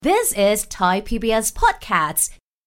This is Thai PBS Podcast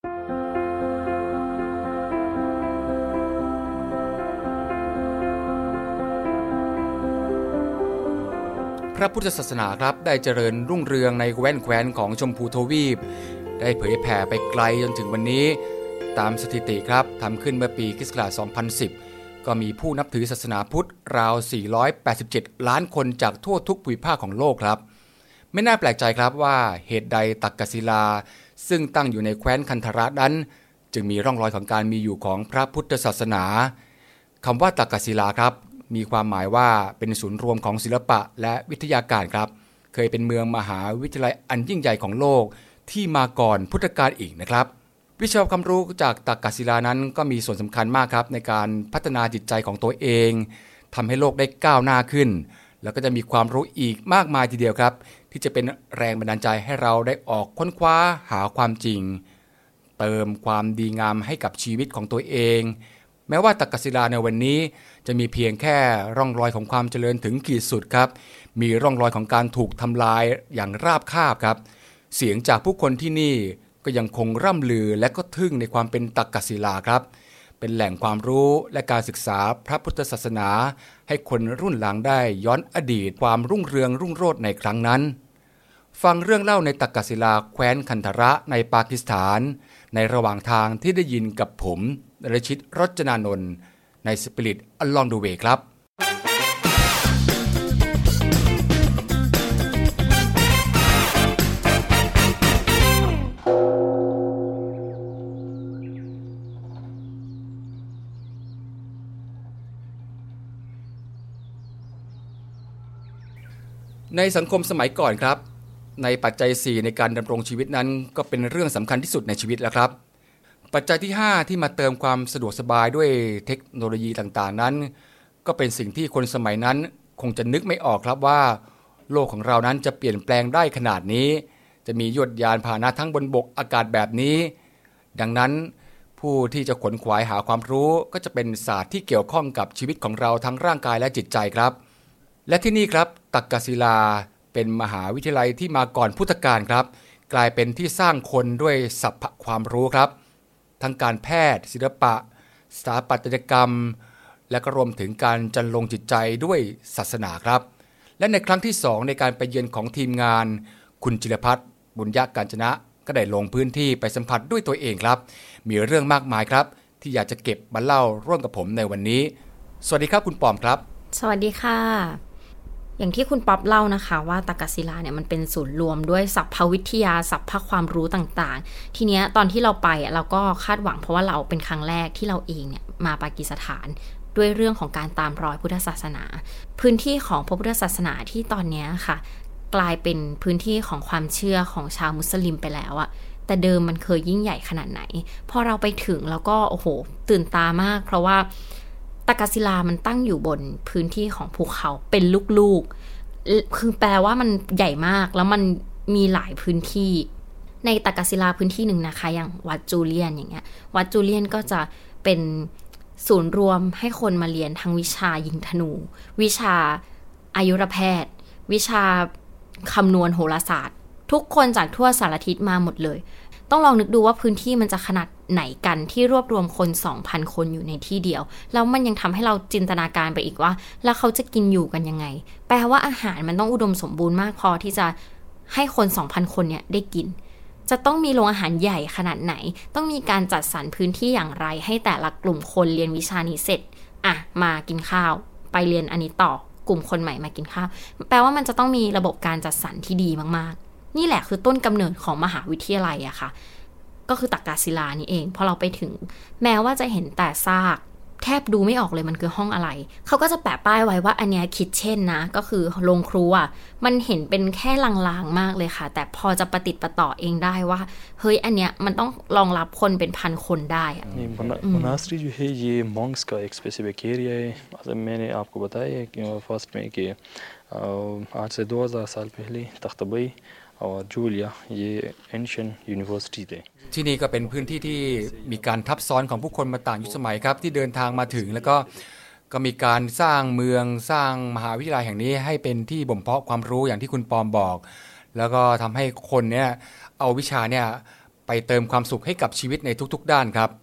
พระพุทธศาสนาครับได้เจริญรุ่งเรืองในแคว้นของชมพูทวีปได้เผยแผ่ไปไกลจนถึงวันนี้ตามสถิติครับทำขึ้นเมื่อปีค.ศ. 2010ก็มีผู้นับถือศาสนาพุทธราว487ล้านคนจากทั่วทุกภูมิภาคของโลกครับไม่น่าแปลกใจครับว่าเหตุใดตักกศิลาซึ่งตั้งอยู่ในแคว้นคันธารนั้นจึงมีร่องรอยของการมีอยู่ของพระพุทธศาสนาคำว่าตักกศิลาครับมีความหมายว่าเป็นศูนย์รวมของศิลปะและวิทยาการครับเคยเป็นเมืองมหาวิทยาลัยอันยิ่งใหญ่ของโลกที่มาก่อนพุทธกาลอีกนะครับวิชาความรู้จากตักกศิลานั้นก็มีส่วนสำคัญมากครับในการพัฒนาจิตใจของตัวเองทำให้โลกได้ก้าวหน้าขึ้นแล้วก็จะมีความรู้อีกมากมายทีเดียวครับที่จะเป็นแรงบันดาลใจให้เราได้ออกค้นคว้าหาความจริงเติมความดีงามให้กับชีวิตของตัวเองแม้ว่าตักกศิลาในวันนี้จะมีเพียงแค่ร่องรอยของความเจริญถึงขีดสุดครับมีร่องรอยของการถูกทำลายอย่างราบคาบครับเสียงจากผู้คนที่นี่ก็ยังคงร่ำลือและก็ทึ่งในความเป็นตักกศิลาครับเป็นแหล่งความรู้และการศึกษาพระพุทธศาสนาให้คนรุ่นหลังได้ย้อนอดีตความรุ่งเรืองรุ่งโรจน์ในครั้งนั้นฟังเรื่องเล่าในตักกศิลาแคว้นคันธระในปากีสถานในระหว่างทางที่ได้ยินกับผมนรชิต รจนานนท์ใน Spirit Along the Way ครับในสังคมสมัยก่อนครับในปัจจัย4ในการดำรงชีวิตนั้นก็เป็นเรื่องสำคัญที่สุดในชีวิตแล้วครับปัจจัยที่5ที่มาเติมความสะดวกสบายด้วยเทคโนโลยีต่างๆนั้นก็เป็นสิ่งที่คนสมัยนั้นคงจะนึกไม่ออกครับว่าโลกของเรานั้นจะเปลี่ยนแปลงได้ขนาดนี้จะมียวดยานพาหนะทั้งบนบกอากาศแบบนี้ดังนั้นผู้ที่จะขวนขวายหาความรู้ก็จะเป็นศาสตร์ที่เกี่ยวข้องกับชีวิตของเราทั้งร่างกายและจิตใจครับและที่นี่ครับตักกศิลาเป็นมหาวิทยาลัยที่มาก่อนพุทธกาลครับกลายเป็นที่สร้างคนด้วยศัพท์ความรู้ครับทั้งการแพทย์ศิลปะสถาปัตยกรรมและก็รวมถึงการจันลงจิตใจด้วยศาสนาครับและในครั้งที่2ในการไปเยือนของทีมงานคุณจิรพัฒน์บุญญกาญจนะก็ได้ลงพื้นที่ไปสัมผัสด้วยตัวเองครับมีเรื่องมากมายครับที่อยากจะเก็บมาเล่าร่วมกับผมในวันนี้สวัสดีครับคุณปอมครับสวัสดีค่ะอย่างที่คุณป๊อปเล่านะคะว่าตักกศิลาเนี่ยมันเป็นศูนย์รวมด้วยศัพท์วิทยาศัพท์ความรู้ต่างๆทีเนี้ยตอนที่เราไปเราก็คาดหวังเพราะว่าเราเป็นครั้งแรกที่เราเองเนี่ยมาปากีสถานด้วยเรื่องของการตามรอยพุทธศาสนาพื้นที่ของพระพุทธศาสนาที่ตอนนี้ค่ะกลายเป็นพื้นที่ของความเชื่อของชาวมุสลิมไปแล้วอะแต่เดิมมันเคยยิ่งใหญ่ขนาดไหนพอเราไปถึงแล้วก็โอ้โหตื่นตามากเพราะว่าตักกศิลามันตั้งอยู่บนพื้นที่ของภูเขาเป็นลูกๆคือแปลว่ามันใหญ่มากแล้วมันมีหลายพื้นที่ในตักกศิลาพื้นที่หนึ่งนะคะอย่างวัดจูเลียนอย่างเงี้ยวัดจูเลียนก็จะเป็นศูนย์รวมให้คนมาเรียนทั้งวิชายิงธนูวิชาอายุรแพทย์วิชาคำนวณโหราศาสตร์ทุกคนจากทั่วสารทิศมาหมดเลยต้องลองนึกดูว่าพื้นที่มันจะขนาดไหนกันที่รวบรวมคน 2,000 คนอยู่ในที่เดียวแล้วมันยังทำให้เราจินตนาการไปอีกว่าแล้วเขาจะกินอยู่กันยังไงแปลว่าอาหารมันต้องอุดมสมบูรณ์มากพอที่จะให้คน 2,000 คนเนี่ยได้กินจะต้องมีโรงอาหารใหญ่ขนาดไหนต้องมีการจัดสรรพื้นที่อย่างไรให้แต่ละกลุ่มคนเรียนวิชานี้เสร็จมากินข้าวไปเรียนอันนี้ต่อกลุ่มคนใหม่มากินข้าวแปลว่ามันจะต้องมีระบบการจัดสรรที่ดีมากๆนี่แหละคือต้นกำเนิดของมหาวิทยาลัยอะค่ะก็คือตักกศิลานี่เองพอเราไปถึงแม้ว่าจะเห็นแต่ซากแทบดูไม่ออกเลยมันคือห้องอะไรเขาก็จะแปะป้ายไว้ว่าอันเนี้ยคิทเช่นนะก็คือโรงครัวมันเห็นเป็นแค่ลางๆมากเลยค่ะแต่พอจะประติดประต่อเองได้ว่าเฮ้ยอันเนี้ยมันต้องรองรับคนเป็นพันคนได้อะ मोनास्ट्री जो है ये मॉन्क्स का एक स्पेसिफिक एरिया है मैंने आपको बताया कि फर्स्ट में कि आज से 2000 साल पहले तख्तबई और जूलिया ये एंशिएंट यूनिवर्सिटी थे ที่นี่ก็เป็นพื้นที่ที่มีการทับซ้อนของผู้คนมาต่างยุคสมัยครับที่เดินทางมาถึงแล้วก็มีการสร้างเมืองสร้างมหาวิทยาลัยแห่งนี้ให้เป็นที่บ่มเพาะความรู้อย่างที่คุณปอมบอก แล้วก็ทำให้คนเนี่ยเอาวิชาเนี่ยไปเติมความสุขให้กับชีวิตในทุกๆด้านครับ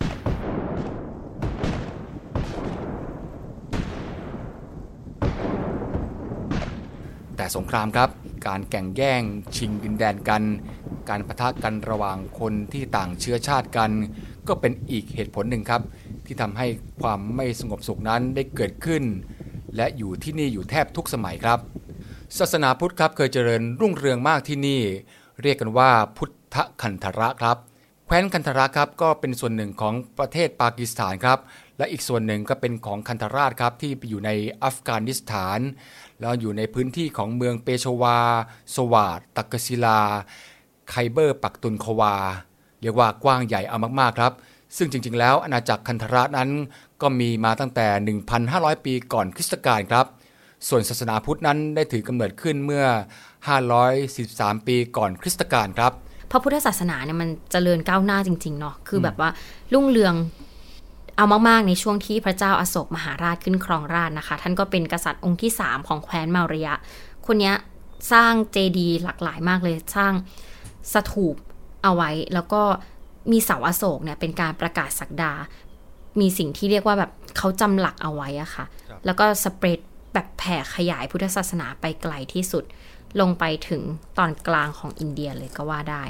แต่สงครามครับการแข่งแย่งชิงดินแดนกันการปะทะกันระหว่างคนที่ต่างเชื้อชาติกันก็เป็นอีกเหตุผลหนึ่งครับที่ทำให้ความไม่สงบสุขนั้นได้เกิดขึ้นและอยู่ที่นี่อยู่แทบทุกสมัยครับศาสนาพุทธครับเคยเจริญรุ่งเรืองมากที่นี่เรียกกันว่าพุทธคันธระครับแคว้นคันธระครับก็เป็นส่วนหนึ่งของประเทศปากีสถานครับและอีกส่วนหนึ่งก็เป็นของคันธราชครับที่อยู่ในอัฟกานิสถานแล้วอยู่ในพื้นที่ของเมืองเปโชวาสวาตตักกศิลาไคเบอร์ปักตุนควาเรียกว่ากว้างใหญ่เอามากๆครับซึ่งจริงๆแล้วอาณาจักรคันธระนั้นก็มีมาตั้งแต่ 1,500 ปีก่อนคริสตกาลครับส่วนศาสนาพุทธนั้นได้ถือกำเนิดขึ้นเมื่อ513ปีก่อนคริสตกาลครับพระพุทธศาสนาเนี่ยมันเจริญก้าวหน้าจริงๆเนาะคือแบบว่ารุ่งเรืองเอามากๆในช่วงที่พระเจ้าอโศกมหาราชขึ้นครองราชย์นะคะท่านก็เป็นกษัตริย์องค์ที่3ของแคว้นมารยะคนนี้สร้างเจดีย์หลากหลายมากเลยสร้างสถูปเอาไว้แล้วก็มีเสาอโศกเนี่ยเป็นการประกาศศักดามีสิ่งที่เรียกว่าแบบเขาจำหลักเอาไว้อะค่ะแล้วก็สเปรดแบบแผ่ขยายพุทธศาสนาไปไกลที่สุดลงไปถึงตอนกลางของอินเดียเลยก็ว่าได้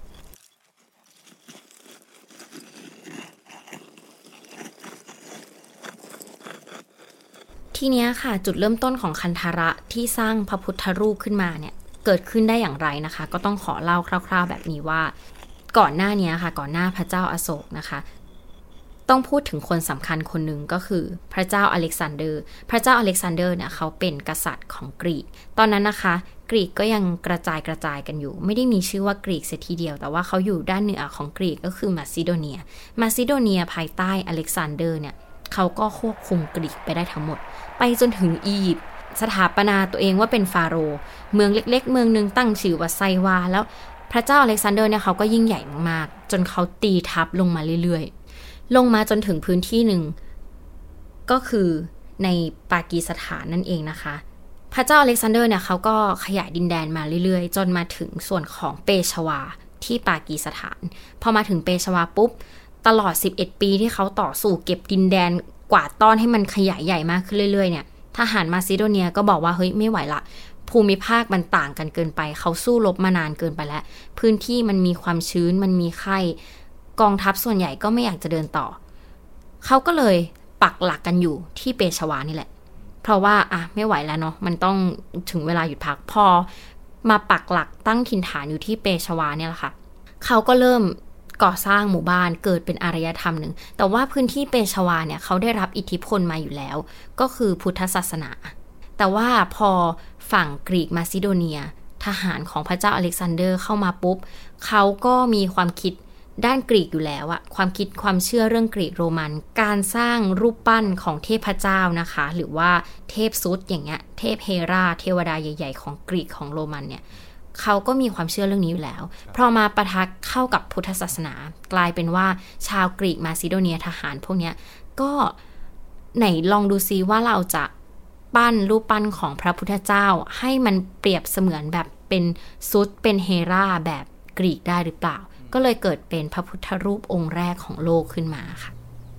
ทีนี้ค่ะจุดเริ่มต้นของคันธระที่สร้างพระพุทธรูปขึ้นมาเนี่ยเกิดขึ้นได้อย่างไรนะคะก็ต้องขอเล่าคร่าวๆแบบนี้ว่าก่อนหน้านี้ค่ะก่อนหน้าพระเจ้าอโศกนะคะต้องพูดถึงคนสำคัญคนหนึ่งก็คือพระเจ้าอเล็กซานเดอร์พระเจ้าอเล็กซานเดอร์เนี่ยเขาเป็นกษัตริย์ของกรีกตอนนั้นนะคะกรีกก็ยังกระจายกันอยู่ไม่ได้มีชื่อว่ากรีกเสียทีเดียวแต่ว่าเขาอยู่ด้านเหนือของกรีกก็คือมาซิโดเนียภายใต้อเล็กซานเดอร์เนี่ยเขาก็ควบคุมกรีกไปได้ทั้งหมดไปจนถึงอียิปต์สถาปนาตัวเองว่าเป็นฟาโรห์เมืองเล็กๆเมืองนึงตั้งชื่อว่าไซวาแล้วพระเจ้าอเล็กซานเดอร์เนี่ยเขาก็ยิ่งใหญ่มากๆจนเขาตีทัพลงมาเรื่อยๆลงมาจนถึงพื้นที่หนึ่งก็คือในปากีสถานนั่นเองนะคะพระเจ้าอเล็กซานเดอร์เนี่ยเขาก็ขยายดินแดนมาเรื่อยๆจนมาถึงส่วนของเปชวาที่ปากีสถานพอมาถึงเปชวาปุ๊บตลอด11ปีที่เขาต่อสู้เก็บดินแดนกวาดต้อนให้มันขยายใหญ่มากขึ้นเรื่อยๆเนี่ยทหารมาซิโดเนียก็บอกว่าเฮ้ยไม่ไหวละภูมิภาคมันต่างกันเกินไปเขาสู้รบมานานเกินไปแล้วพื้นที่มันมีความชื้นมันมีไข้กองทัพส่วนใหญ่ก็ไม่อยากจะเดินต่อเขาก็เลยปักหลักกันอยู่ที่เปชวานี่แหละเพราะว่าไม่ไหวแล้วเนาะมันต้องถึงเวลาหยุดพักพอมาปักหลักตั้งถิ่นฐานอยู่ที่เปชวาเนี่ยแหละค่ะเขาก็เริ่มก่อสร้างหมู่บ้านเกิดเป็นอารยธรรมหนึ่งแต่ว่าพื้นที่เปชวาเนี่ยเขาได้รับอิทธิพลมาอยู่แล้วก็คือพุทธศาสนาแต่ว่าพอฝั่งกรีกมาซิโดเนียทหารของพระเจ้าอเล็กซานเดอร์เข้ามาปุ๊บเขาก็มีความคิดด้านกรีกอยู่แล้วอะความคิดความเชื่อเรื่องกรีกโรมันการสร้างรูปปั้นของเทพเจ้านะคะหรือว่าเทพซุสอย่างเงี้ยเทพเฮราเทวดาใหญ่ๆของกรีกของโรมันเนี่ยเขาก็มีความเชื่อเรื่องนี้อยู่แล้วพอมาปะทะเข้ากับพุทธศาสนากลายเป็นว่าชาวกรีกมาซิโดเนียทหารพวกเนี้ยก็ไหนลองดูซิว่าเราจะปั้นรูปปั้นของพระพุทธเจ้าให้มันเปรียบเสมือนแบบเป็นซุสเป็นเฮราแบบกรีกได้หรือเปล่าก็เลยเกิดเป็นพระพุทธรูปองค์แรกของโลกขึ้นมาค่ะ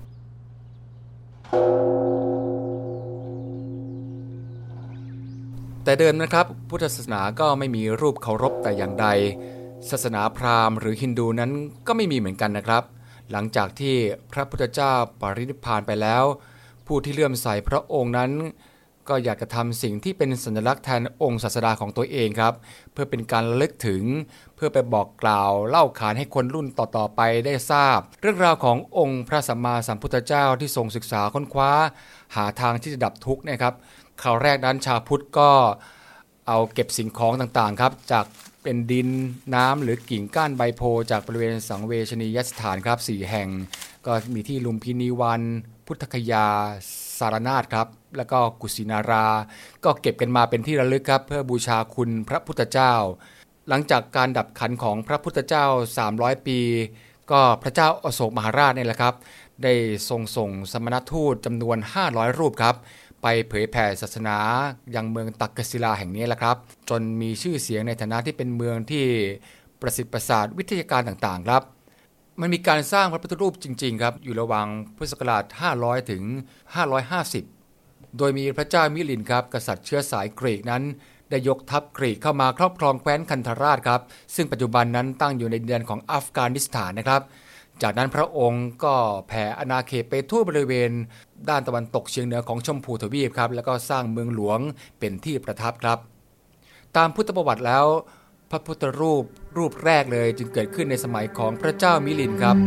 แต่เดิมนะครับพุทธศาสนาก็ไม่มีรูปเคารพแต่อย่างใดศาสนาพราหมณ์หรือฮินดูนั้นก็ไม่มีเหมือนกันนะครับหลังจากที่พระพุทธเจ้าปรินิพพานไปแล้วผู้ที่เลื่อมใสพระองค์นั้นก็อยากจะทำสิ่งที่เป็นสัญลักษณ์แทนองค์ศาสดาของตัวเองครับเพื่อเป็นการระลึกถึงเพื่อไปบอกกล่าวเล่าขานให้คนรุ่นต่อๆไปได้ทราบเรื่องราวขององค์พระสัมมาสัมพุทธเจ้าที่ทรงศึกษาค้นคว้าหาทางที่จะดับทุกข์นะครับคราวแรกนั้นชาวพุทธก็เอาเก็บสิ่งของต่างๆครับจากเป็นดินน้ำหรือกิ่งก้านใบโพจากบริเวณสังเวชนียสถานครับ4แห่งก็มีที่ลุมพินีวันพุทธคยาสารนาถครับแล้วก็กุสินาราก็เก็บกันมาเป็นที่ระลึกครับเพื่อบูชาคุณพระพุทธเจ้าหลังจากการดับขันของพระพุทธเจ้า300ปีก็พระเจ้าอโศกมหาราชเนี่ยแหละครับได้ส่งสมณทูตจำนวน500รูปครับไปเผยแผ่ศาสนายังเมืองตักกศิลาแห่งนี้แหละครับจนมีชื่อเสียงในฐานะที่เป็นเมืองที่ประสิทธิ์ประสาทวิทยาการต่างๆครับมันมีการสร้างพระพุทธรูปจริงๆครับอยู่ระหว่างพุทธศักราช500ถึง550โดยมีพระเจ้ามิลินครับกษัตริย์เชื้อสายกรีกนั้นได้ยกทัพกรีกเข้ามาครอบครองแคว้นคันธาราชครับซึ่งปัจจุบันนั้นตั้งอยู่ในดินแดนของอัฟกานิสถานนะครับจากนั้นพระองค์ก็แผ่อาณาเขตไปทั่วบริเวณด้านตะวันตกเฉียงเหนือของชมพูทวีปครับแล้วก็สร้างเมืองหลวงเป็นที่ประทับครับตามพุทธประวัติแล้วพระพุทธรูปแรกเลยจึงเกิดขึ้นในสมัยของพระเจ้ามิลินครับ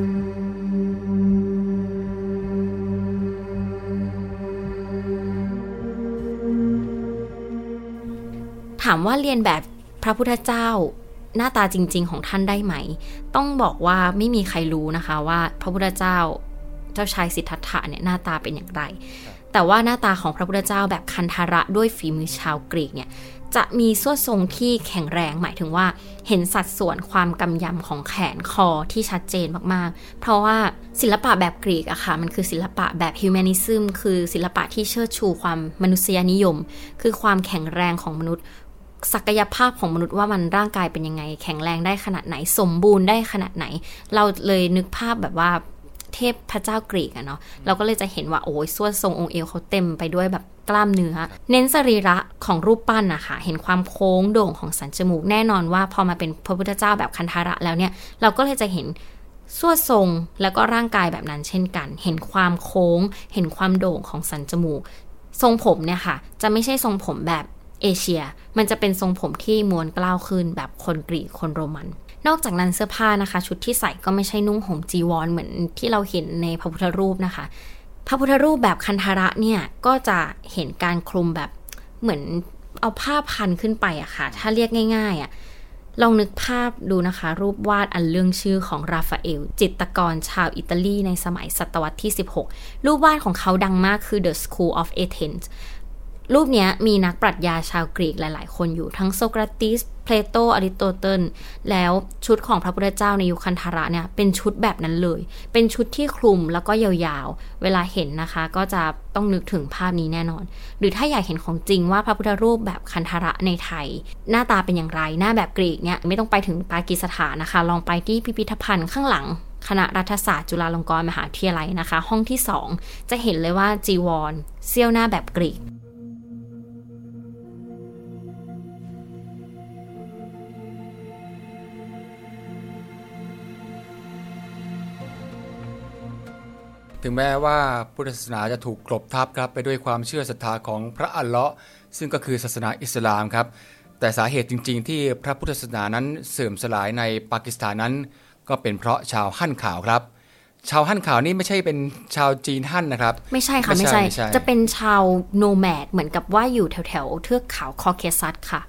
ถามว่าเรียนแบบพระพุทธเจ้าหน้าตาจริงๆของท่านได้ไหมต้องบอกว่าไม่มีใครรู้นะคะว่าพระพุทธเจ้าชายสิทธัตถะเนี่ยหน้าตาเป็นอย่างไรแต่ว่าหน้าตาของพระพุทธเจ้าแบบคันธระด้วยฝีมือชาวกรีกเนี่ยจะมีส่วนทรงที่แข็งแรงหมายถึงว่าเห็นสัดส่วนความกำยำของแขนคอที่ชัดเจนมากๆเพราะว่าศิลปะแบบกรีกอะค่ะมันคือศิลปะแบบฮิวแมนิซึมคือศิลปะที่เชิดชูความมนุษยนิยมคือความแข็งแรงของมนุษย์ศักยภาพของมนุษย์ว่ามันร่างกายเป็นยังไงแข็งแรงได้ขนาดไหนสมบูรณ์ได้ขนาดไหนเราเลยนึกภาพแบบว่าเทพพระเจ้ากรีกอะเนาะเราก็เลยจะเห็นว่าโอ้ยส่วนทรงองค์เอวเขาเต็มไปด้วยแบบกล้ามเนื้อเน้นสรีระของรูปปั้นนะคะเห็นความโค้งโด่งของสันจมูกแน่นอนว่าพอมาเป็นพระพุทธเจ้าแบบคันธาระแล้วเนี่ยเราก็เลยจะเห็นส่วนทรงแล้วก็ร่างกายแบบนั้นเช่นกันเห็นความโค้งเห็นความโด่งของสันจมูกทรงผมเนี่ยค่ะจะไม่ใช่ทรงผมแบบเอเชียมันจะเป็นทรงผมที่ม้วนกล้าวขึ้นแบบคนกรีกคนโรมันนอกจากนั้นเสื้อผ้านะคะชุดที่ใส่ก็ไม่ใช่นุ่งห่มจีวรเหมือนที่เราเห็นในพระพุทธรูปนะคะพระพุทธรูปแบบคันธาระเนี่ยก็จะเห็นการคลุมแบบเหมือนเอาผ้าพันขึ้นไปอะค่ะถ้าเรียกง่ายๆอะลองนึกภาพดูนะคะรูปวาดอันเรื่องชื่อของราฟาเอลจิตรกรชาวอิตาลีในสมัยศตวรรษที่16รูปวาดของเขาดังมากคือ The School of Athensรูปนี้มีนักปรัชญาชาวกรีกหลายๆคนอยู่ทั้งโซกราติสเพลโตอริสโตเติลแล้วชุดของพระพุทธเจ้าในยุคคันธาระเนี่ยเป็นชุดแบบนั้นเลยเป็นชุดที่คลุมแล้วก็ยาวๆเวลาเห็นนะคะก็จะต้องนึกถึงภาพนี้แน่นอนหรือถ้าอยากเห็นของจริงว่าพระพุทธรูปแบบคันธาระในไทยหน้าตาเป็นอย่างไรหน้าแบบกรีกเนี่ยไม่ต้องไปถึงปากีสถานนะคะลองไปที่พิพิธภัณฑ์ข้างหลังคณะรัฐศาสตร์จุฬาลงกรณ์มหาวิทยาลัยนะคะห้องที่2จะเห็นเลยว่าจีวรเสี้ยวหน้าแบบกรีกถึงแม้ว่าพุทธศาสนาจะถูกกลบทับครับไปด้วยความเชื่อศรัทธาของพระอัลเลาะห์ซึ่งก็คือศาสนาอิสลามครับแต่สาเหตุจริงๆที่พระพุทธศาสนานั้นเสื่อมสลายในปากีสถานนั้นก็เป็นเพราะชาวฮั่นขาวครับชาวฮั่นขาวนี่ไม่ใช่เป็นชาวจีนฮั่นนะครับไม่ใช่ค่ะไม่ใช่จะเป็นชาวโนแมดเหมือนกับว่าอยู่แถวๆเทือกเขาคอเคซัสค่ะ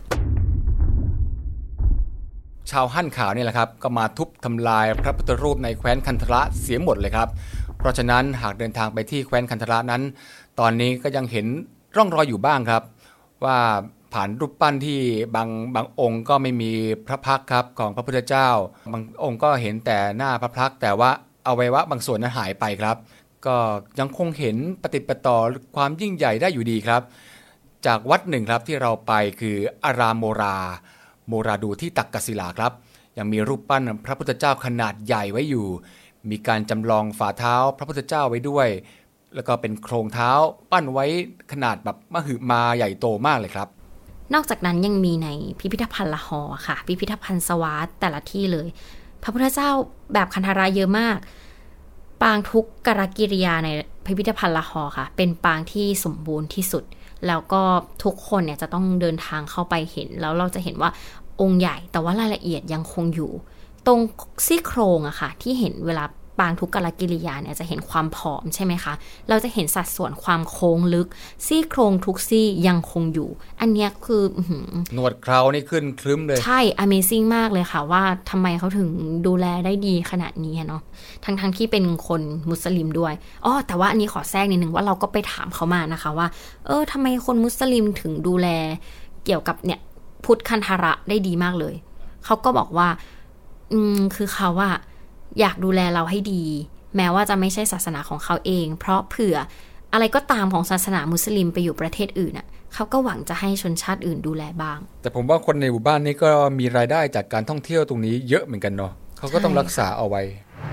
ชาวฮั่นขาวนี่แหละครับก็มาทุบทำลายพระพุทธรูปในแคว้นคันธาระเสียหมดเลยครับเพราะฉะนั้นหากเดินทางไปที่แคว้นคันธาระนั้นตอนนี้ก็ยังเห็นร่องรอยอยู่บ้างครับว่าผ่านรูปปั้นที่บางองค์ก็ไม่มีพระพักตร์ครับของพระพุทธเจ้าบางองค์ก็เห็นแต่หน้าพระพักตร์แต่ว่าอวัยวะบางส่วนนั้นหายไปครับก็ยังคงเห็นปฏิปต่อความยิ่งใหญ่ได้อยู่ดีครับจากวัดหนึ่งครับที่เราไปคืออารามโมราดูที่ตักกศิลาครับยังมีรูปปั้นพระพุทธเจ้าขนาดใหญ่ไว้อยู่มีการจำลองฝ่าเท้าพระพุทธเจ้าไว้ด้วยแล้วก็เป็นโครงเท้าปั้นไว้ขนาดแบบมหึมาใหญ่โตมากเลยครับนอกจากนั้นยังมีในพิพิธภัณฑ์ละหอค่ะพิพิธภัณฑ์สวาทแต่ละที่เลยพระพุทธเจ้าแบบคันธาระเยอะมากปางทุกกรกิริยาในพิพิธภัณฑ์ละหอค่ะเป็นปางที่สมบูรณ์ที่สุดแล้วก็ทุกคนเนี่ยจะต้องเดินทางเข้าไปเห็นแล้วเราจะเห็นว่าองค์ใหญ่แต่ว่ารายละเอียดยังคงอยู่ตรงซี่โครงอะค่ะที่เห็นเวลาปางทุกกรกิริยาเนี่ยจะเห็นความผอมใช่ไหมคะเราจะเห็นสัดส่วนความโค้งลึกซี่โครงทุกซี่ยังคงอยู่อันเนี้ยคือหนวดเครานี่ขึ้นคลึ้มเลยใช่ Amazing มากเลยค่ะว่าทำไมเขาถึงดูแลได้ดีขนาดนี้เนาะทั้งที่เป็นคนมุสลิมด้วยแต่ว่าอันนี้ขอแทรกนิดนึงว่าเราก็ไปถามเขามานะคะว่าทำไมคนมุสลิมถึงดูแลเกี่ยวกับเนี่ยพุทธคันธาระได้ดีมากเลยเขาก็บอกว่าคือเขาว่าอยากดูแลเราให้ดีแม้ว่าจะไม่ใช่ศาสนาของเขาเองเพราะเผื่ออะไรก็ตามของศาสนามุสลิมไปอยู่ประเทศอื่นน่ะเขาก็หวังจะให้ชนชาติอื่นดูแลบ้างแต่ผมว่าคนในหมู่บ้านนี้ก็มีรายได้จากการท่องเที่ยวตรงนี้เยอะเหมือนกันเนาะเขาก็ต้องรักษาเอาไว้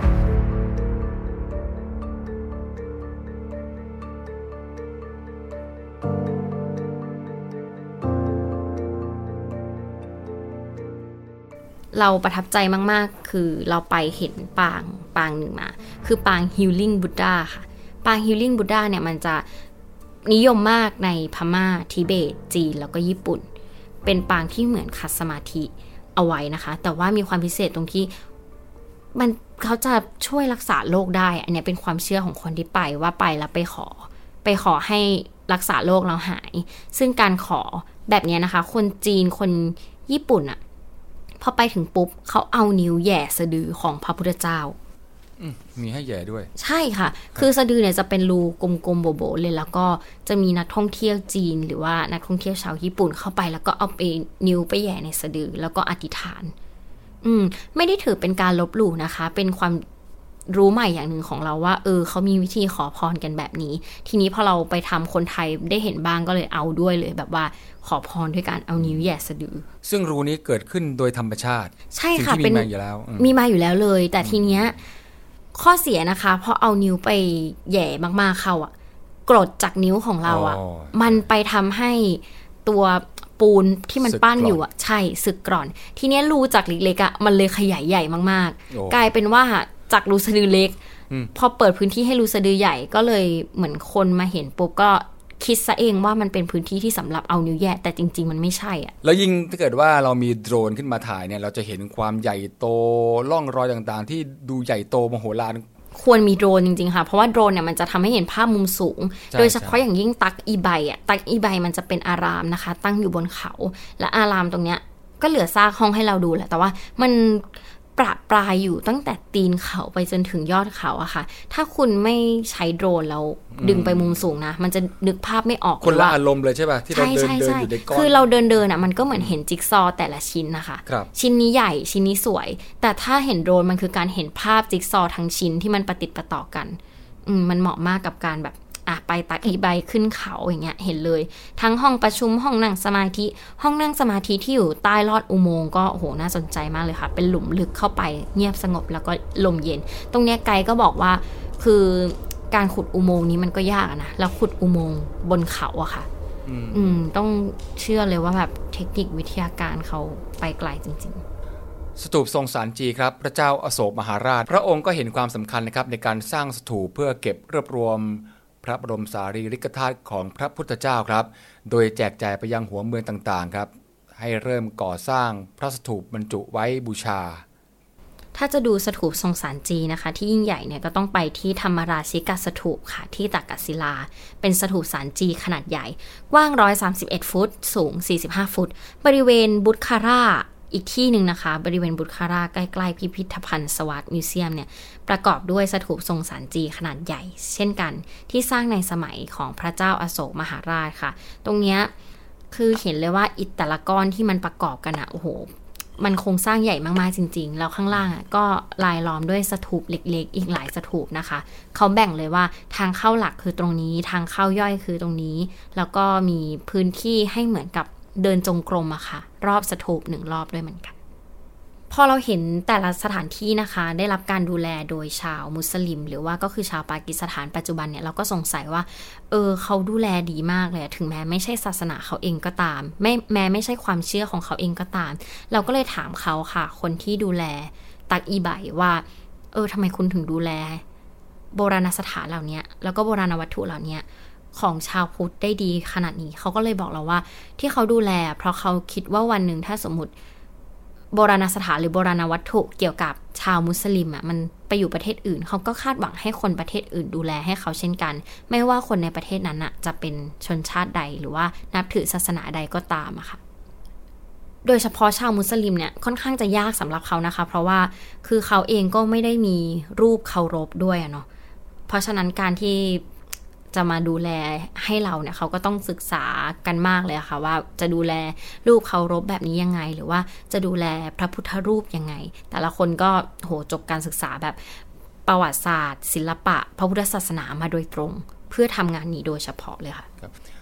เราประทับใจมากๆคือเราไปเห็นปางหนึ่งมาคือปาง Healing Buddha ค่ะปาง Healing Buddha เนี่ยมันจะนิยมมากในพม่าทิเบตจีนแล้วก็ญี่ปุ่นเป็นปางที่เหมือนคัดสมาธิเอาไว้นะคะแต่ว่ามีความพิเศษตรงที่เขาจะช่วยรักษาโรคได้อันนี้เป็นความเชื่อของคนที่ไปว่าไปแล้วไปขอให้รักษาโรคเราหายซึ่งการขอแบบนี้นะคะคนจีนคนญี่ปุ่นอะพอไปถึงปุ๊บเขาเอานิ้วแหย่สะดือของพระพุทธเจ้ามีให้แหย่ด้วยใช่ค่ะคือสะดือเนี่ยจะเป็นรูกลมๆโบๆเลยแล้วก็จะมีนักท่องเที่ยวจีนหรือว่านักท่องเที่ยวชาวญี่ปุ่นเข้าไปแล้วก็เอาไปนิ้วไปแหย่ในสะดือแล้วก็อธิษฐานไม่ได้ถือเป็นการลบหลู่นะคะเป็นความรู้ใหม่อย่างหนึ่งของเราว่าเขามีวิธีขอพรกันแบบนี้ทีนี้พอเราไปทำคนไทยได้เห็นบ้างก็เลยเอาด้วยเลยแบบว่าขอพรด้วยการเอานิ้วแหย่สะดือซึ่งรูนี้เกิดขึ้นโดยธรรมชาติใช่ค่ะเป็นมีมาอยู่แล้วเลยแต่ทีเนี้ยข้อเสียนะคะพอเอานิ้วไปแหย่มากๆเข้าอ่ะกรดจากนิ้วของเราอ่ะมันไปทำให้ตัวปูนที่มันปั้นอยู่อ่ะใช่สึกกร่อนทีเนี้ยรูจากเล็กๆอ่ะมันเลยขยายใหญ่มากๆกลายเป็นว่าจากรูสะดือเล็กพอเปิดพื้นที่ให้รูสะดือใหญ่ก็เลยเหมือนคนมาเห็นปุ๊บก็คิดซะเองว่ามันเป็นพื้นที่ที่สำหรับเอานิ้วแหย่แต่จริงๆมันไม่ใช่อ่ะแล้วยิ่งถ้าเกิดว่าเรามีโดรนขึ้นมาถ่ายเนี่ยเราจะเห็นความใหญ่โตร่องรอยต่างๆที่ดูใหญ่โตมโหฬารควรมีโดรนจริงๆค่ะเพราะว่าโดรนเนี่ยมันจะทำให้เห็นภาพมุมสูงโดยเฉพาะอย่างยิ่งตักอีไบอ่ะตักอีไบมันจะเป็นอารามนะคะตั้งอยู่บนเขาและอารามตรงเนี้ยก็เหลือซากห้องให้เราดูแหละแต่ว่ามันประปรายอยู่ตั้งแต่ตีนเขาไปจนถึงยอดเขาอะค่ะถ้าคุณไม่ใช้โดรนแล้วดึงไปมุมสูงนะมันจะนึกภาพไม่ออกคนละอารมณ์เลยใช่ป่ะที่เราเดินอยู่ในก้อนคือเราเดินอะมันก็เหมือนเห็นจิ๊กซอว์แต่ละชิ้นนะคะชิ้นนี้ใหญ่ชิ้นนี้สวยแต่ถ้าเห็นโดรนมันคือการเห็นภาพจิ๊กซอว์ทั้งชิ้นที่มันประติดประต่อกันมันเหมาะมากกับการแบบไปตักอีใบขึ้นเขาอย่างเงี้ยเห็นเลยทั้งห้องประชุมห้องนั่งสมาธิห้องนั่งสมาธิที่อยู่ใต้ลอดอุโมงค์ก็โอ้โหน่าสนใจมากเลยค่ะเป็นหลุมลึกเข้าไปเงียบสงบแล้วก็ลมเย็นตรงเนี้ยไกด์ก็บอกว่าคือการขุดอุโมงค์นี้มันก็ยากนะแล้วขุดอุโมงค์บนเขาอะค่ะต้องเชื่อเลยว่าแบบเทคนิควิทยาการเขาไปไกลจริงๆสถูปทรงสารจีครับพระเจ้าอโศกมหาราชพระองค์ก็เห็นความสำคัญนะครับในการสร้างสถูปเพื่อเก็บรวบรวมพระบรมสารีริกธาตุของพระพุทธเจ้าครับโดยแจกจ่ายไปยังหัวเมืองต่างๆครับให้เริ่มก่อสร้างพระสถูปบรรจุไว้บูชาถ้าจะดูสถูปทรงสารจีนะคะที่ยิ่งใหญ่เนี่ยก็ต้องไปที่ธรรมราชิกสถูปค่ะที่ตักกศิลาเป็นสถูปสารจีขนาดใหญ่กว้าง131ฟุตสูง45ฟุตบริเวณบุตรคาร่าอีกที่หนึ่งนะคะบริเวณบุตรคาร่าใกล้ๆพิพิธภัณฑ์สวัสดิ์มิวเซียมเนี่ยประกอบด้วยสถูปทรงสารจีขนาดใหญ่เช่นกันที่สร้างในสมัยของพระเจ้าอโศกมหาราชค่ะตรงเนี้ยคือเห็นเลยว่าอิฐแต่ละก้อนที่มันประกอบกันอะโอ้โหมันโครงสร้างใหญ่มากๆจริงๆแล้วข้างล่างอะก็ลายล้อมด้วยสถูปเล็กๆอีกหลายสถูปนะคะเขาแบ่งเลยว่าทางเข้าหลักคือตรงนี้ทางเข้าย่อยคือตรงนี้แล้วก็มีพื้นที่ให้เหมือนกับเดินจงกรมอะค่ะรอบสถูป1รอบด้วยเหมือนกันพอเราเห็นแต่ละสถานที่นะคะได้รับการดูแลโดยชาวมุสลิมหรือว่าก็คือชาวปากีสถานปัจจุบันเนี่ยเราก็สงสัยว่าเขาดูแลดีมากเลยถึงแม้ไม่ใช่ศาสนาเขาเองก็ตามแม้ไม่ใช่ความเชื่อของเขาเองก็ตามเราก็เลยถามเขาค่ะคนที่ดูแลตักอีไบว่าทำไมคุณถึงดูแลโบราณสถานเหล่านี้แล้วก็โบราณวัตถุเหล่านี้ของชาวพุทธได้ดีขนาดนี้เขาก็เลยบอกเราว่าที่เขาดูแลเพราะเขาคิดว่าวันหนึ่งถ้าสมมติโบราณสถานหรือโบราณวัตถุเกี่ยวกับชาวมุสลิมมันไปอยู่ประเทศอื่นเขาก็คาดหวังให้คนประเทศอื่นดูแลให้เขาเช่นกันไม่ว่าคนในประเทศนั้นจะเป็นชนชาติใดหรือว่านับถือศาสนาใดก็ตามอะค่ะโดยเฉพาะชาวมุสลิมเนี่ยค่อนข้างจะยากสำหรับเขานะคะเพราะว่าคือเขาเองก็ไม่ได้มีรูปเคารพด้วยเนาะเพราะฉะนั้นการที่จะมาดูแลให้เราเนี่ยเขาก็ต้องศึกษากันมากเลยค่ะว่าจะดูแลรูปเคารพแบบนี้ยังไงหรือว่าจะดูแลพระพุทธรูปยังไงแต่ละคนก็จบการศึกษาแบบประวัติศาสตร์ศิลปะพระพุทธศาสนามาโดยตรงเพื่อทำงานนี้โดยเฉพาะเลยค่ะค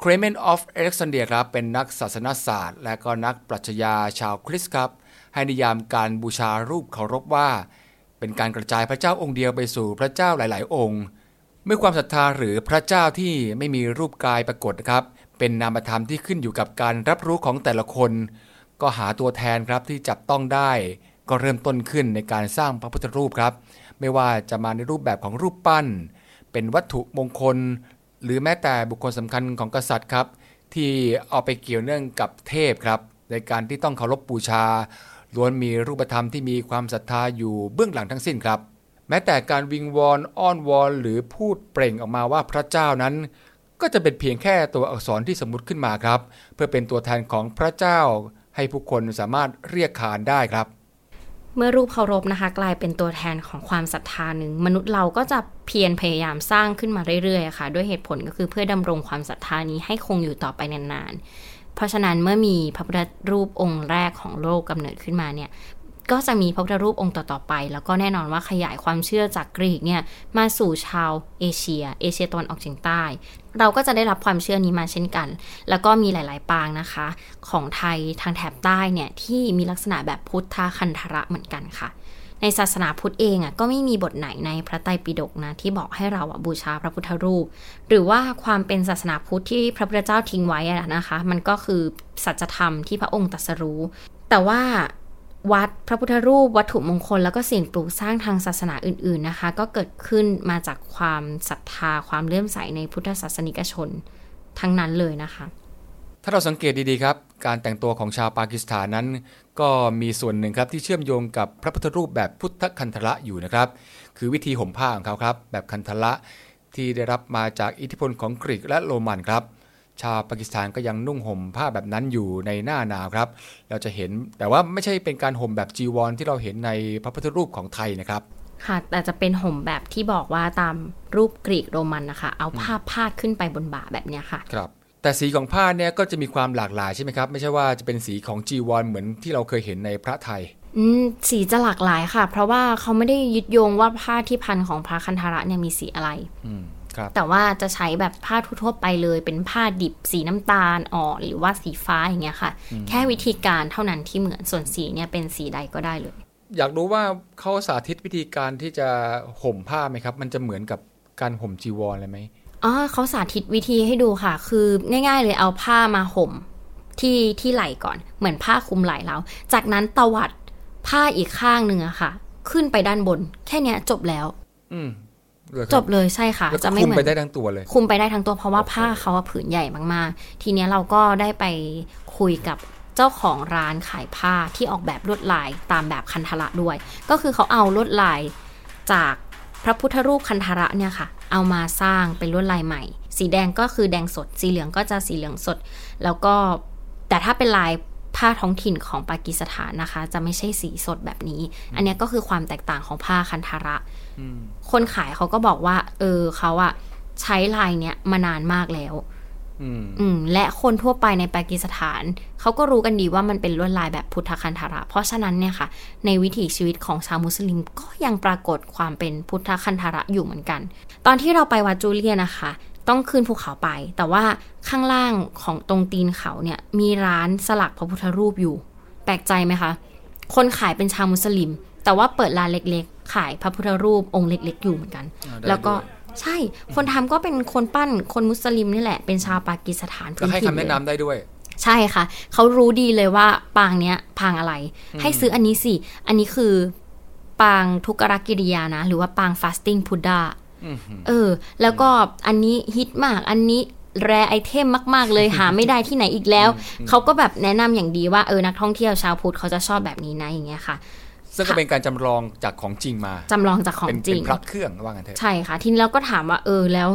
เคลเมนต์ออฟอเล็กซานเดรียครับเป็นนักศาสนศาสตร์และก็นักปรัชญาชาวคริสต์ครับให้นิยามการบูชารูปเคารพว่าเป็นการกระจายพระเจ้าองค์เดียวไปสู่พระเจ้าหลายๆองค์เมื่อความศรัทธาหรือพระเจ้าที่ไม่มีรูปกายปรากฏครับเป็นนามธรรมที่ขึ้นอยู่กับการรับรู้ของแต่ละคนก็หาตัวแทนครับที่จับต้องได้ก็เริ่มต้นขึ้นในการสร้างพระพุทธรูปครับไม่ว่าจะมาในรูปแบบของรูปปั้นเป็นวัตถุมงคลหรือแม้แต่บุคคลสำคัญของกษัตริย์ครับที่เอาไปเกี่ยวเนื่องกับเทพครับในการที่ต้องเคารพบูชาล้วนมีรูปธรรมที่มีความศรัทธาอยู่เบื้องหลังทั้งสิ้นครับแม้แต่การวิงวอนอ้อนวอนหรือพูดเปล่งออกมาว่าพระเจ้านั้นก็จะเป็นเพียงแค่ตัวอักษรที่สมมุติขึ้นมาครับเพื่อเป็นตัวแทนของพระเจ้าให้ผู้คนสามารถเรียกขานได้ครับเมื่อรูปเคารพนะคะกลายเป็นตัวแทนของความศรัทธาหนึ่งมนุษย์เราก็จะเพียรพยายามสร้างขึ้นมาเรื่อยๆค่ะด้วยเหตุผลก็คือเพื่อดำรงความศรัทธานี้ให้คงอยู่ต่อไปนานๆเพราะฉะนั้นเมื่อมีพระพุทธรูปองค์แรกของโลกกำเนิดขึ้นมาเนี่ยก็จะมีพระพุทธรูปองค์ต่อๆไปแล้วก็แน่นอนว่าขยายความเชื่อจากกรีกเนี่ยมาสู่ชาวเอเชียตะวันออกเฉียงใต้เราก็จะได้รับความเชื่อนี้มาเช่นกันแล้วก็มีหลายๆปางนะคะของไทยทางแถบใต้เนี่ยที่มีลักษณะแบบพุทธคันธระเหมือนกันค่ะในศาสนาพุทธเองก็ไม่มีบทไหนในพระไตรปิฎกนะที่บอกให้เราบูชาพระพุทธรูปหรือว่าความเป็นศาสนาพุทธที่พระพุทธเจ้าทิ้งไว้นะคะมันก็คือสัจธรรมที่พระองค์ตรัสรู้แต่ว่าวัดพระพุทธรูปวัตถุมงคลแล้วก็สิ่งปลูกสร้างทางศาสนาอื่นๆนะคะก็เกิดขึ้นมาจากความศรัทธาความเลื่อมใสในพุทธศาสนิกชนทั้งนั้นเลยนะคะถ้าเราสังเกตดีๆครับการแต่งตัวของชาวปากีสถานนั้นก็มีส่วนหนึ่งครับที่เชื่อมโยงกับพระพุทธรูปแบบพุทธคันธระอยู่นะครับคือวิธีห่มผ้าของเขาครับแบบคันธระที่ได้รับมาจากอิทธิพลของกรีกและโรมันครับชาวปากีสถานก็ยังนุ่งห่มผ้าแบบนั้นอยู่ในหน้าหนาวครับเราจะเห็นแต่ว่าไม่ใช่เป็นการห่มแบบจีวรที่เราเห็นในพระพุทธรูปของไทยนะครับค่ะแต่จะเป็นห่มแบบที่บอกว่าตามรูปกรีกโรมันนะคะเอาผ้าพาดขึ้นไปบนบ่าแบบนี้ค่ะครับแต่สีของผ้าเนี่ยก็จะมีความหลากหลายใช่ไหมครับไม่ใช่ว่าจะเป็นสีของจีวรเหมือนที่เราเคยเห็นในพระไทยสีจะหลากหลายค่ะเพราะว่าเขาไม่ได้ยึดโยงว่าผ้าที่พันของพระคันธระเนี่ยมีสีอะไรแต่ว่าจะใช้แบบผ้าทั่วไปเลยเป็นผ้าดิบสีน้ำตาลอ่อนหรือว่าสีฟ้าอย่างเงี้ยค่ะแค่วิธีการเท่านั้นที่เหมือนส่วนสีเนี่ยเป็นสีใดก็ได้เลยอยากรู้ว่าเขาสาธิตวิธีการที่จะห่มผ้าไหมครับมันจะเหมือนกับการห่มจีวรเลยไหมเขาสาธิตวิธีให้ดูค่ะคือง่ายๆเลยเอาผ้ามาห่มที่ไหล่ก่อนเหมือนผ้าคลุมไหล่แล้วจากนั้นตวัดผ้าอีกข้างนึงอะค่ะขึ้นไปด้านบนแค่เนี้ยจบแล้วจบเลยใช่ค่ะจะไม่เหมือนคุมไปได้ทั้งตัวเลยคุมไปได้ทั้งตัวเพราะว่าผ้าเขาผืนใหญ่มากๆทีนี้เราก็ได้ไปคุยกับเจ้าของร้านขายผ้าที่ออกแบบลวดลายตามแบบคันธระด้วยก็คือเขาเอาลวดลายจากพระพุทธรูปคันธระเนี่ยค่ะเอามาสร้างเป็นลวดลายใหม่สีแดงก็คือแดงสดสีเหลืองก็จะสีเหลืองสดแล้วก็แต่ถ้าเป็นลายผ้าท้องถิ่นของปากีสถานนะคะจะไม่ใช่สีสดแบบนี้อันนี้ก็คือความแตกต่างของผ้าคันธระคนขายเขาก็บอกว่าเขาใช้ลายเนี้ยมานานมากแล้วและคนทั่วไปในปากีสถานเขาก็รู้กันดีว่ามันเป็นลวดลายแบบพุทธคันธระเพราะฉะนั้นเนี่ยค่ะในวิถีชีวิตของชาวมุสลิมก็ยังปรากฏความเป็นพุทธคันธระอยู่เหมือนกันตอนที่เราไปวัดจูเลียนะคะต้องขึ้นภูเขาไปแต่ว่าข้างล่างของตรงตีนเขาเนี่ยมีร้านสลักพระพุทธรูปอยู่แปลกใจไหมคะคนขายเป็นชาวมุสลิมแต่ว่าเปิดร้านเล็กๆขายพระพุทธรูปองค์เล็กๆอยู่เหมือนกันแล้วก็ใช่คนทำก็เป็นคนปั้นคนมุสลิมนี่แหละเป็นชาวปากีสถานก็ให้คำแนะนำได้ด้วยใช่ค่ะเขารู้ดีเลยว่าปางเนี้ยปางอะไรให้ซื้ออันนี้สิอันนี้คือปางทุกรกิริยานะหรือว่าปาง fasting Buddhaแล้วก็อันนี้ฮิตมากอันนี้แรไอเทมมากๆเลยหาไม่ได้ที่ไหนอีกแล้วเขาก็แบบแนะนำอย่างดีว่านักท่องเที่ยวชาวพุทธเขาจะชอบแบบนี้นะอย่างเงี้ยค่ะซึ่งก็เป็นการจำลองจากของจริงมาจำลองจากของจริงเป็นพระเครื่องว่างั้นเถอะใช่ค่ะทีนี้เราก็ถามว่าแล้ว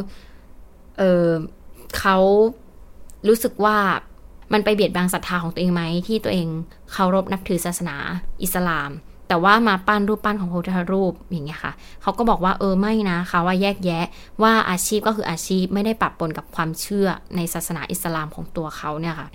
เขารู้สึกว่ามันไปเบียดบังศรัทธาของตัวเองไหมที่ตัวเองเคารพนับถือศาสนาอิสลามแต่ว่ามาปั้นรูปปั้นของพระพุทธรูปอย่างเงี้ยค่ะเขาก็บอกว่าไม่นะเขาว่าแยกแยะว่าอาชีพก็คืออาชีพไม่ได้ปะปนกับความเชื่อในศาสนาอิสลามของตัวเขาเนี่ยค่ะ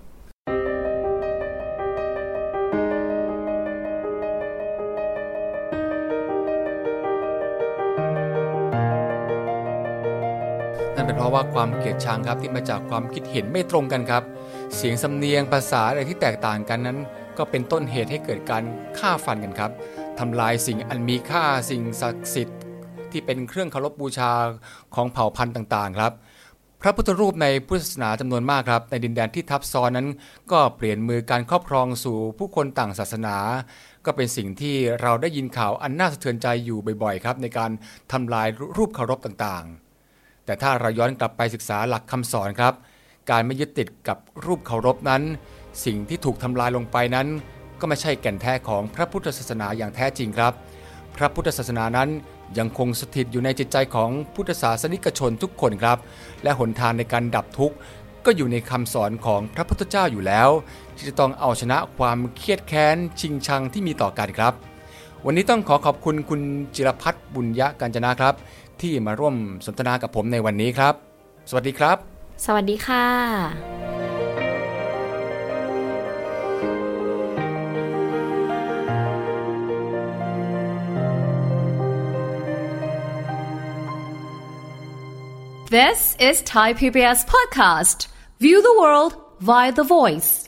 คนั่นเป็นเพราะว่าความเกลียดชังครับที่มาจากความคิดเห็นไม่ตรงกันครับเสียงสำเนียงภาษาอะไรที่แตกต่างกันนั้นก็เป็นต้นเหตุให้เกิดการฆ่าฟันกันครับทำลายสิ่งอันมีค่าสิ่งศักดิ์สิทธิ์ที่เป็นเครื่องเคารพบูชาของเผ่าพันธุ์ต่างๆครับพระพุทธรูปในพุทธศาสนาจำนวนมากครับในดินแดนที่ทับซ้อนนั้นก็เปลี่ยนมือการครอบครองสู่ผู้คนต่างศาสนาก็เป็นสิ่งที่เราได้ยินข่าวอันน่าสะเทือนใจอยู่บ่อยๆครับในการทำลายรูปเคารพต่างๆแต่ถ้าเราย้อนกลับไปศึกษาหลักคำสอนครับการไม่ยึดติดกับรูปเคารพนั้นสิ่งที่ถูกทำลายลงไปนั้นก็ไม่ใช่แก่นแท้ของพระพุทธศาสนาอย่างแท้จริงครับพระพุทธศาสนานั้นยังคงสถิตอยู่ในจิตใจของพุทธศาสนิกชนทุกคนครับและหนทางในการดับทุกข์ก็อยู่ในคำสอนของพระพุทธเจ้าอยู่แล้วที่จะต้องเอาชนะความเครียดแค้นชิงชังที่มีต่อกันครับวันนี้ต้องขอบคุณคุณจิรพัฒน์บุญยะกัญจนะครับที่มาร่วมสนทนากับผมในวันนี้ครับสวัสดีครับสวัสดีค่ะ This is Thai PBS podcast. View the world via the voice.